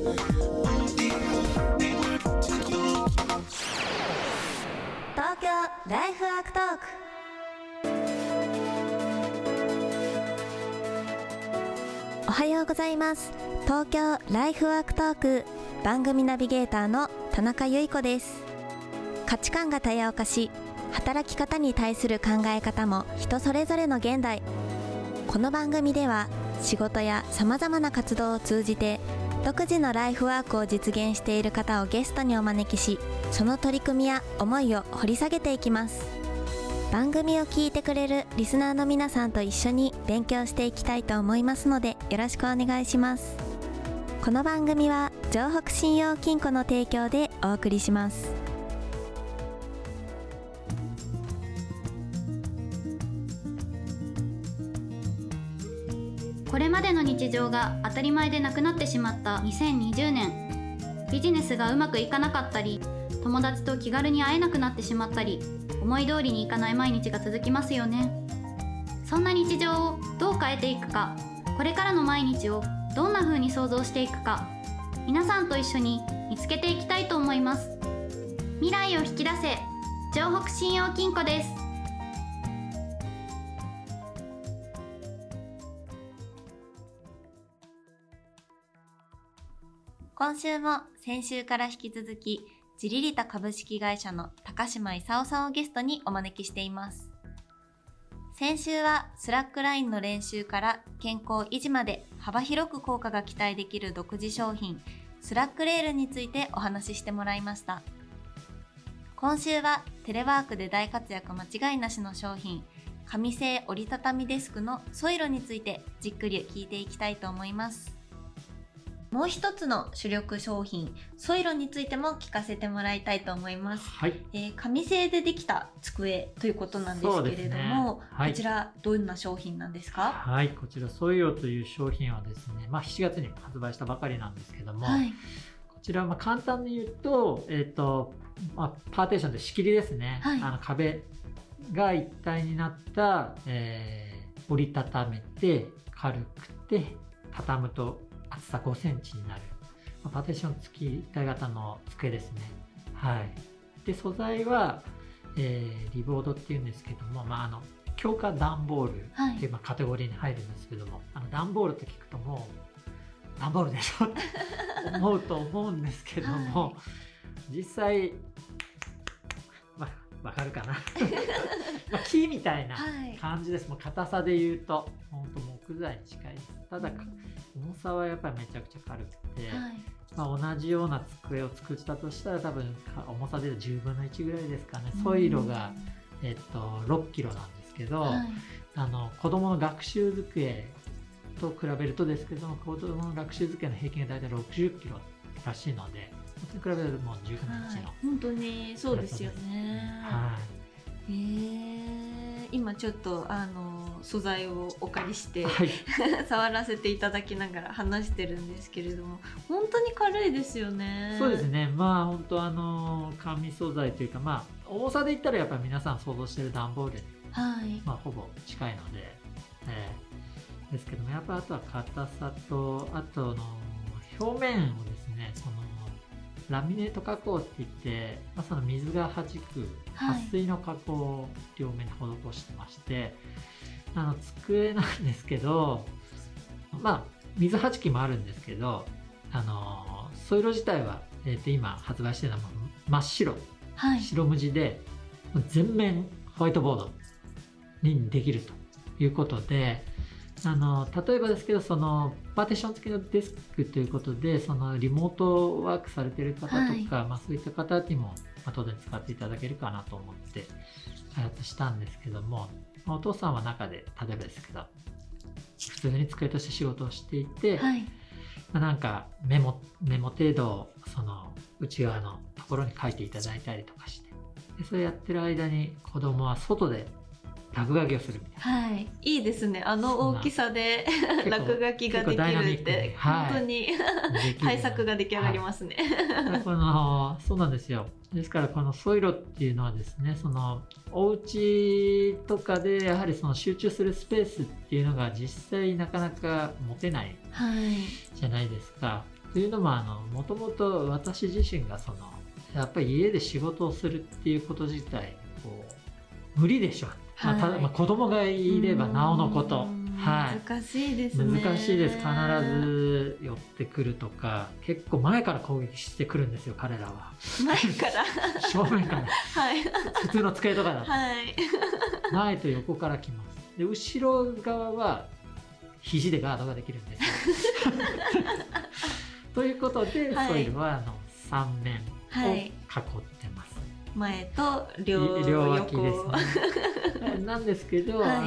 東京ライフワークトーク。おはようございます。東京ライフワークトーク番組ナビゲーターの田中由衣子です。価値観が多様化し、働き方に対する考え方も人それぞれの現代。この番組では仕事やさまざまな活動を通じて独自のライフワークを実現している方をゲストにお招きし、その取り組みや思いを掘り下げていきます。番組を聞いてくれるリスナーの皆さんと一緒に勉強していきたいと思いますので、よろしくお願いします。この番組は城北信用金庫の提供でお送りします。 これまでの日常が当たり前でなくなってしまった2020年。ビジネスがうまくいかなかったり、友達と気軽に会えなくなってしまったり、思い通りにいかない毎日が続きますよね。そんな日常をどう変えていくか、これからの毎日をどんな風に想像していくか、皆さんと一緒に見つけていきたいと思います。未来を引き出せ、城北信用金庫です。 今週も先週から引き続きジリリタ株式会社の高島勲さんをゲストにお招きしています。先週はスラックラインの練習から健康維持まで幅広く効果が期待できる独自商品スラックレールについてお話ししてもらいました。今週はテレワークで大活躍間違いなしの商品紙製折りたたみデスクのソイロについてじっくり聞いていきたいと思います。もう一つの主力商品ソイロについても聞かせてもらいたいと思います。 はい。 紙製でできた机ということなんですけれども、はい、こちらどんな商品なんですか？ はい、こちらソイロという商品はですね、7月に発売したばかりなんですけども、はい、こちらは簡単に言うと、パーテーションで仕切りですね、はい、壁が一体になった、折りたためて軽くて畳むと厚さ5センチになる、パーテーション付き一体型の机ですね。はい。で、素材は、リボードっていうんですけども、強化段ボールっていう、カテゴリーに入るんですけども、段ボールって聞くともう、段ボールでしょって思うと思うんですけども、はい、実際、わかるかな木みたいな感じです。もう硬さで言うと、本当木材に近いです。ただ、重さはやっぱりめちゃくちゃ軽くて、同じような机を作ったとしたら多分重さで10分の1ぐらいですかね。ソイロが、6キロなんですけど、子供の学習机と比べるとですけども、子供の学習机の平均が大体60キロらしいので、それに比べるともう10分の1の、 本当にそうですよね。はい。今ちょっと素材をお借りして、はい、触らせていただきながら話してるんですけれども、本当に軽いですよね。 そうですね。本当紙素材というか、重さで言ったらやっぱり皆さん想像してる段ボールに、はい、ほぼ近いので、ですけども、やっぱあとは硬さと、あとの表面をですね、ラミネート加工って言って、その水が弾く撥水の加工を両面に施してまして、机なんですけど、水はじきもあるんですけど、ソイロ自体は、今発売してるのは真っ白、白無地で全面ホワイトボードにできるということで、例えばですけど、パーテーション付きのデスクということで、リモートワークされている方とか、そういった方にも、当然使っていただけるかなと思って開発したんですけども、お父さんは中で、例えばですけど、普通に机として仕事をしていて、なんかメモ程度、内側のところに書いていただいたりとかして、でそれやってる間に子供は外で落書きをするみたいな。 はい。いいですね。大きさで落書きができるって、本当に対策が出来上がりますね。 そうなんですよ。ですからこのソイロっていうのはですね、お家とかでやはり集中するスペースっていうのが実際なかなか持てないじゃないですか。 というのももともと私自身がやっぱり家で仕事をするっていうこと自体こう無理でしょ、はい、ただ子供がいればなおのこと、 はい、難しいですね。 難しいです。必ず寄ってくるとか、結構前から攻撃してくるんですよ、彼らは。 前から正面から、 はい、 普通の机とかだと、 はい、 前と横から来ます。で後ろ側は肘でガードができるんですよということで、はい、ソイルは3面を囲ってます、はい、 前と両脇ですねなんですけど、はい、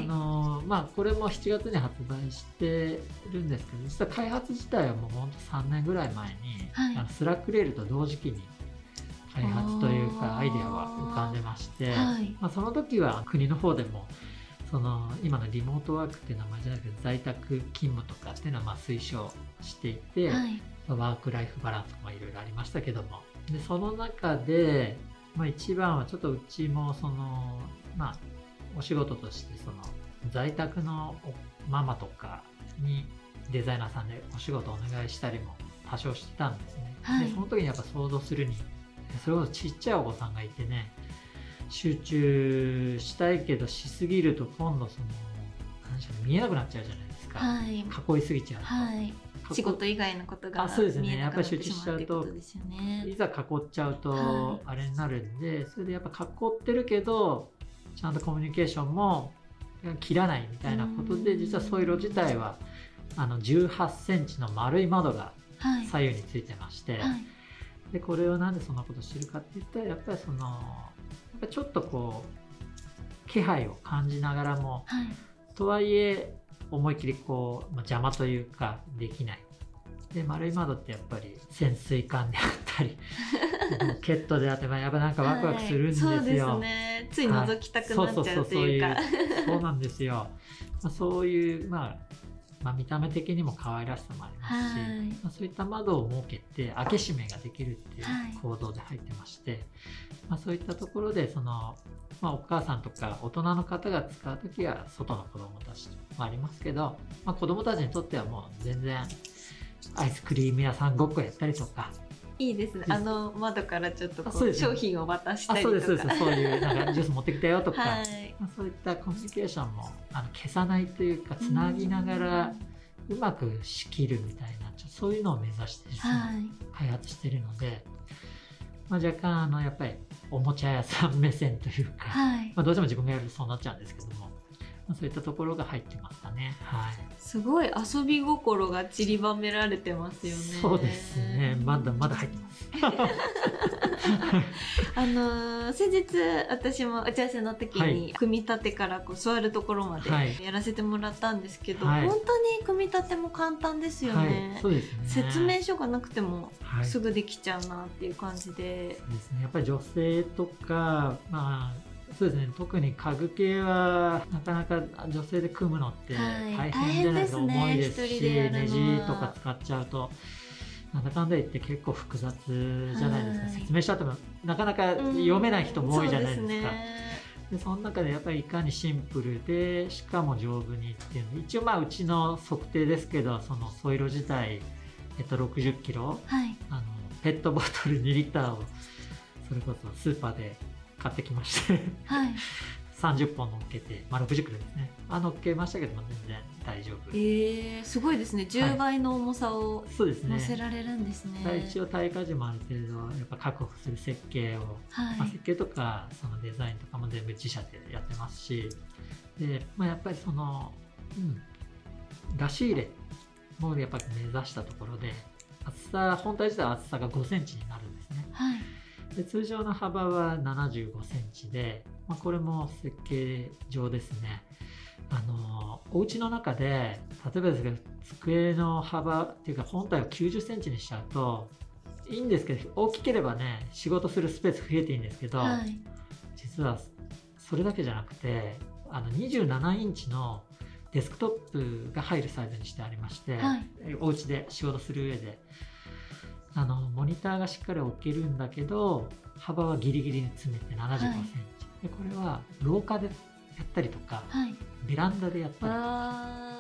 これも7月に発売してるんですけど、実は開発自体はもうほんと3年ぐらい前に、はい、スラックレールと同時期に開発というかアイデアは浮かんでまして、はい、その時は国の方でも今のリモートワークっていう名前じゃなくて在宅勤務とかっていうのは推奨していて、はい、ワークライフバランスもいろいろありましたけども、でその中で、一番はちょっとうちもお仕事として在宅のママとかにデザイナーさんでお仕事をお願いしたりも多少してたんですね、はい、でその時にやっぱ想像するにそれこそちっちゃいお子さんがいてね、集中したいけどしすぎると今度見えなくなっちゃうじゃないですか、はい、囲いすぎちゃうと、はい、 仕事以外のことがそうですね、やっぱり集中しちゃうと、いざ囲っちゃうとあれになるんで、はい、それでやっぱ囲ってるけどちゃんとコミュニケーションも切らないみたいなことで、実はソイロ自体は18センチの丸い窓が左右についてまして、はいはい、でこれをなんでそんなことしてるかって言ったら、やっぱりちょっとこう気配を感じながらも、はい、とはいえ思い切りこう邪魔というかできない。で丸い窓ってやっぱり潜水艦であったりロケットであって、やっぱなんかワクワクするんですよ、はい、そうですね、つい覗きたくなっちゃうというか、 そうなんですよ、そういう見た目的にも可愛らしさもありますし、そういった窓を設けて開け閉めができるっていう構造で入ってまして、そういったところでお母さんとか大人の方が使うときは外の子どもたちもありますけど、子どもたちにとってはもう全然アイスクリーム屋さんごっこやったりとか、 いいですね、窓からちょっと商品を渡したりとか、 そういうなんかジュース持ってきたよとか、はい、そういったコミュニケーションも消さないというかつなぎながらうまく仕切るみたいな、そういうのを目指して開発しているので、若干やっぱりおもちゃ屋さん目線というか、はい、どうしても自分がやるとそうなっちゃうんですけども、そういったところが入ってましたね、はい、 すごい遊び心が散りばめられてますよね。 そうですね、まだまだ入ってます先日私も打ち合わせの時に組み立てから座るところまでやらせてもらったんですけど、はい、本当に組み立ても簡単ですよね、はい、そうですね、説明書がなくてもすぐできちゃうなっていう感じで、 そうですね、やっぱり女性とかそうですね、特に家具系はなかなか女性で組むのって大変じゃないですか、重いですし、ネジとか使っちゃうとなんだかんだ言って結構複雑じゃないですか、説明書ってもなかなか読めない人も多いじゃないですか、でその中でやっぱりいかにシンプルでしかも丈夫にっていうの、一応うちの測定ですけど、ソイロ自体、60キロ、はい、ペットボトル2リッターをそれこそスーパーで買ってきまして、はい、30本乗っけて、60キロですね、乗っけましたけども全然大丈夫。 すごいですね、10倍の重さを乗せられるんですね、 はい、一応耐荷重もある程度やっぱ確保する設計を、はい、設計とかそのデザインとかも全部自社でやってますし、で、やっぱり出し入れもやっぱり目指したところで、本体自体は厚さが5センチになるんですね、はい、で通常の幅は75センチで、これも設計上ですね、お家の中で例えばですけど机の幅っていうか本体を90センチにしちゃうといいんですけど、大きければね仕事するスペース増えていいんですけど、はい、実はそれだけじゃなくて27インチのデスクトップが入るサイズにしてありまして、はい、お家で仕事する上でモニターがしっかり置けるんだけど幅はギリギリに詰めて75センチ、はい、でこれは廊下でやったりとか、はい、ベランダでやったりとか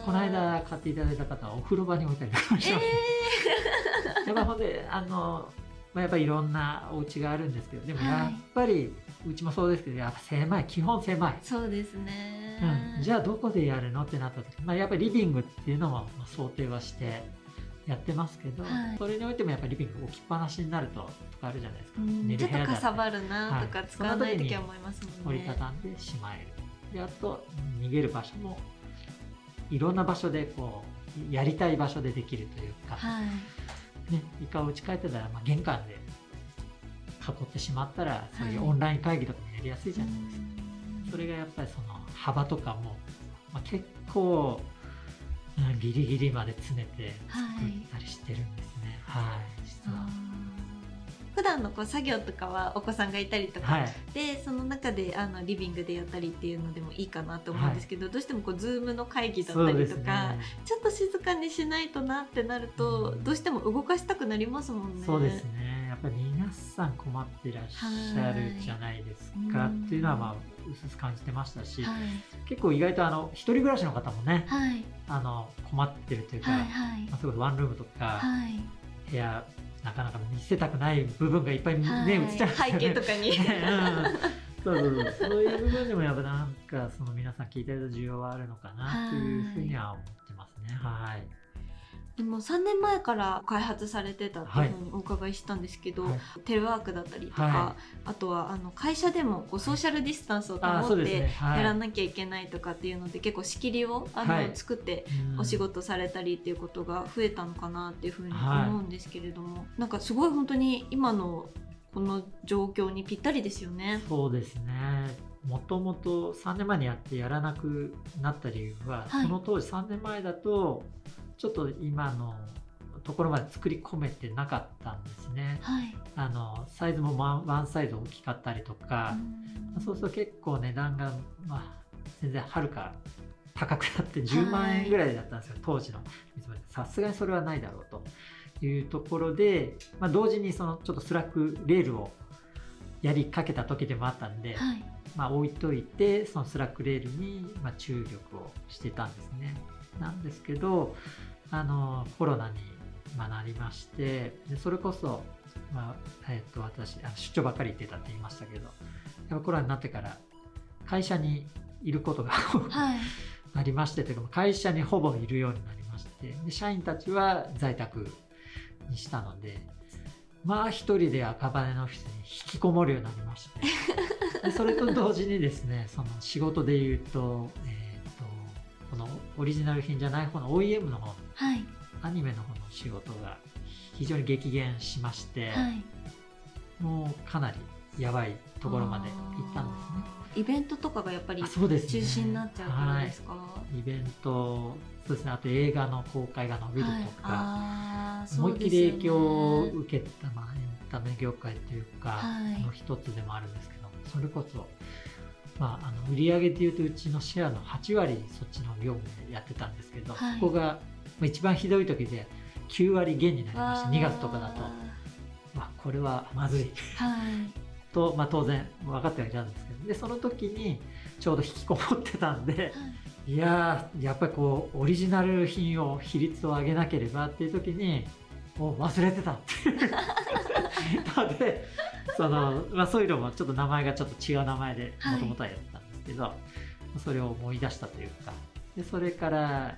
この間買っていただいた方はお風呂場に置いたりとかしました、やっぱほんでやっぱりいろんなお家があるんですけど、でもやっぱり、うちもそうですけど、やっぱ狭い、基本狭い。 そうですね、 じゃあどこでやるのってなった時、やっぱりリビングっていうのも想定はしてやってますけど、それにおいてもやっぱりリビング置きっぱなしになるとかあるじゃないですか、寝る部屋だったり、 ちょっとかさばるなとか、使わない時は思いますもんね。 折りたたんでしまえる。であと逃げる場所もいろんな場所でこうやりたい場所でできるというか、一回お家帰ってたら、玄関で囲ってしまったら、そういうオンライン会議とかもやりやすいじゃないですか、それがやっぱりその幅とかも、結構ギリギリまで詰めて作ったりしてるんですね、実は。 普段のこう作業とかはお子さんがいたりとか、でその中でリビングでやったりっていうのでもいいかなと思うんですけど、どうしてもこう Zoom の会議だったりとか、ちょっと静かにしないとなってなると、どうしても動かしたくなりますもんね。 そうですね、やっぱり皆さん困ってらっしゃるじゃないですかっていうのはうすうす感じてましたし、結構意外と一人暮らしの方もね、困ってるというか、すごいワンルームとか部屋なかなか見せたくない部分がいっぱい映っちゃうんですよね、 背景とかにそういう部分でもやっぱなんかその皆さん聞いてると需要はあるのかなっていうふうには思ってますね。 でも3年前から開発されてたっていうふうにお伺いしたんですけど、テレワークだったりとか、あとは会社でもこうソーシャルディスタンスを保ってやらなきゃいけないとかっていうので、結構仕切りを作ってお仕事されたりっていうことが増えたのかなっていうふうに思うんですけれども、なんかすごい本当に今のこの状況にぴったりですよね。 そうですね、もともと3年前にやってやらなくなった理由は、その当時3年前だとちょっと今のところまで作り込めてなかったんですね、サイズもワンサイズ大きかったりとか、そうすると結構値段が、全然はるか高くなって10万円ぐらいだったんですよ、当時の見積もり。さすがにそれはないだろうというところで、同時にそのちょっとスラックレールをやりかけた時でもあったんで、置いといてそのスラックレールに注力をしてたんですね。なんですけどコロナになりまして、でそれこそ、私出張ばっかり行ってたって言いましたけど、やっぱコロナになってから会社にいることがありまして、というか会社にほぼいるようになりまして、で社員たちは在宅にしたので、一人で赤羽のオフィスに引きこもるようになりましてでそれと同時にですね、その仕事でいうと、このオリジナル品じゃない方の OEM の方の、アニメの方の仕事が非常に激減しまして、もうかなりやばいところまで行ったんですね。 イベントとかがやっぱり中止になっちゃうからですか？ イベント、そうですね、あと映画の公開が伸びるとか、思いっきり影響を受けた、エンタメ業界というか、の一つでもあるんですけど、それこそ売上でいうとうちのシェアの8割そっちの業務でやってたんですけど、そこが一番ひどい時で9割減になりまして、2月とかだとこれはまずいと、当然分かってはいたんですけど、でその時にちょうど引きこもってたんで、やっぱりこうオリジナル品を比率を上げなければっていう時に忘れてたっていうので、そういうのもちょっと名前がちょっと違う名前でもともとはやってたんですけど、それを思い出したというか、でそれから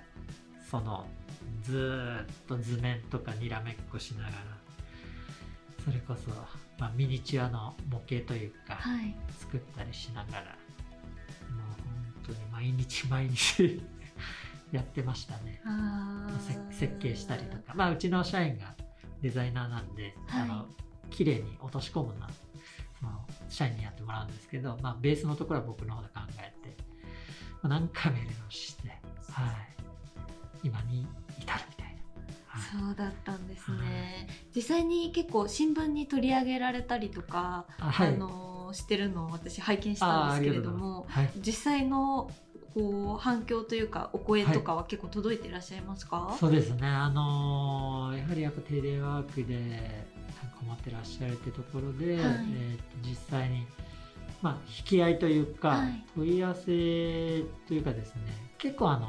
ずっと図面とかにらめっこしながら、それこそ、ミニチュアの模型というか、作ったりしながら、もう本当に毎日やってましたね。設計したりとか、うちの社員がデザイナーなんで、綺麗に落とし込むのは社員にやってもらうんですけど、ベースのところは僕の方で考えて、何回もやり直しして、今に至るみたいな。 そうだったんですね。実際に結構新聞に取り上げられたりとか、してるのを私拝見したんですけれども、実際の反響というかお声とかは結構届いていらっしゃいますか？ そうですね、やはりテレワークで困ってらっしゃるってところで、実際に引き合いというか、問い合わせというかですね、結構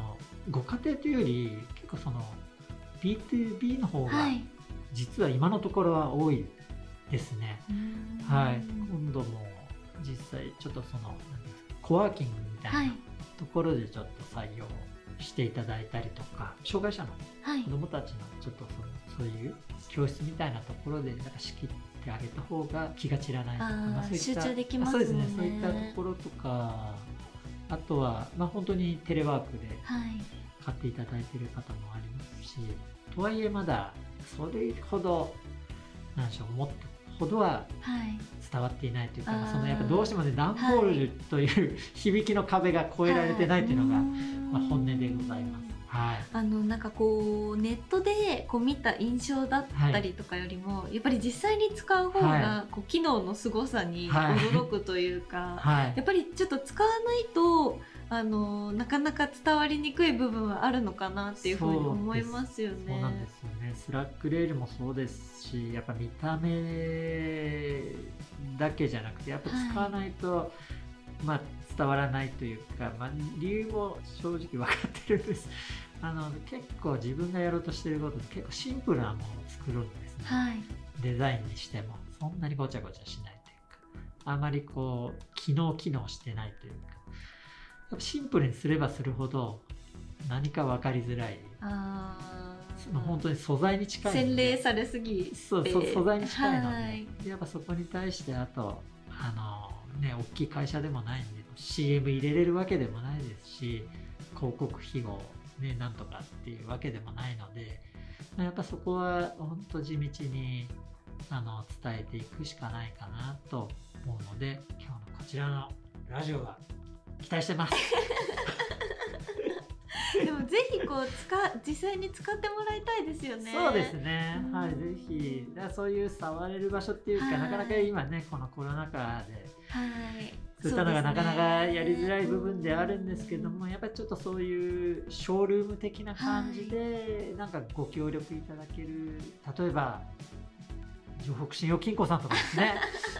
ご家庭というより結構その B2B の方が実は今のところは多いですね。はい、今度も実際ちょっとそのコワーキングみたいなところでちょっと採用していただいたりとか、障害者の子どもたちのちょっとそういう教室みたいなところでなんか仕切ってあげた方が気が散らないとか、そういった集中できますもんね。 そうですね、そういったところとか、あとは、本当にテレワークで買っていただいている方もありますし、とはいえまだそれほど何でしょう、思ったほどは伝わっていないというか、そのやっぱどうしてもね、段ボールという響きの壁が越えられてないというのが、本音でございます。はい、 なんかこうネットでこう見た印象だったりとかよりも、やっぱり実際に使う方がこう機能のすごさに驚くというか、やっぱりちょっと使わないとなかなか伝わりにくい部分はあるのかなっていうふうに思いますよね。 そうなんですよね。スラックレールもそうですし、やっぱ見た目だけじゃなくてやっぱ使わないと、伝わらないというか、理由も正直分かってるんです。結構自分がやろうとしていることって結構シンプルなものを作るんですね。デザインにしてもそんなにごちゃごちゃしないというか、あまりこう機能してないというか、やっぱシンプルにすればするほど何か分かりづらい。本当に素材に近い、 洗練されすぎて、 素材に近いので、やっぱそこに対して、あと大きい会社でもないんで CM 入れれるわけでもないですし、広告費をなんとかっていうわけでもないので、やっぱそこは本当地道に伝えていくしかないかなと思うので、今日のこちらのラジオは期待してます。 でもぜひこう実際に使ってもらいたいですよね。 そうですね、はい、ぜひそういう触れる場所っていうか、なかなか今ねこのコロナ禍で、そういったのがなかなかやりづらい部分であるんですけども、やっぱりちょっとそういうショールーム的な感じでなんかご協力いただける、例えば城北信用金庫さんとかですね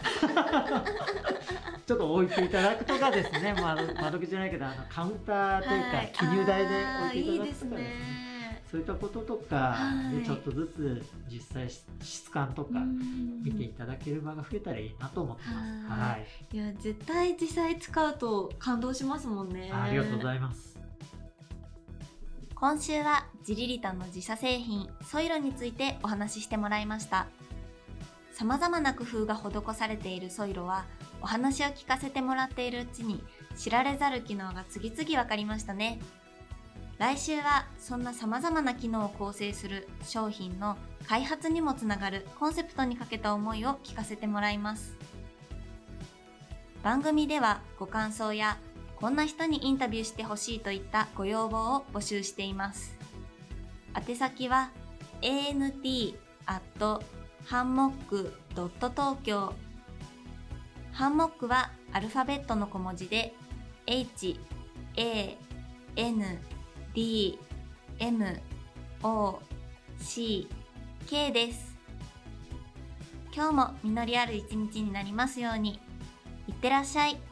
ちょっと置いていただくとかですね、窓口じゃないけどカウンターというか記入台で置いていただくとかですね、そういったこととかでちょっとずつ実際質感とか見ていただける場が増えたらいいなと思ってます。 いや絶対実際使うと感動しますもんね。 ありがとうございます。 今週はジリリタの自社製品ソイロについてお話ししてもらいました。さまざまな工夫が施されているソイロは、お話を聞かせてもらっているうちに知られざる機能が次々分かりましたね。来週はそんなさまざまな機能を構成する商品の開発にもつながるコンセプトにかけた思いを聞かせてもらいます。番組ではご感想やこんな人にインタビューしてほしいといったご要望を募集しています。宛先は ant@hanmock.tokyo。 ハンモックはアルファベットの小文字で HANDMOCK です。今日も実りある一日になりますように。いってらっしゃい。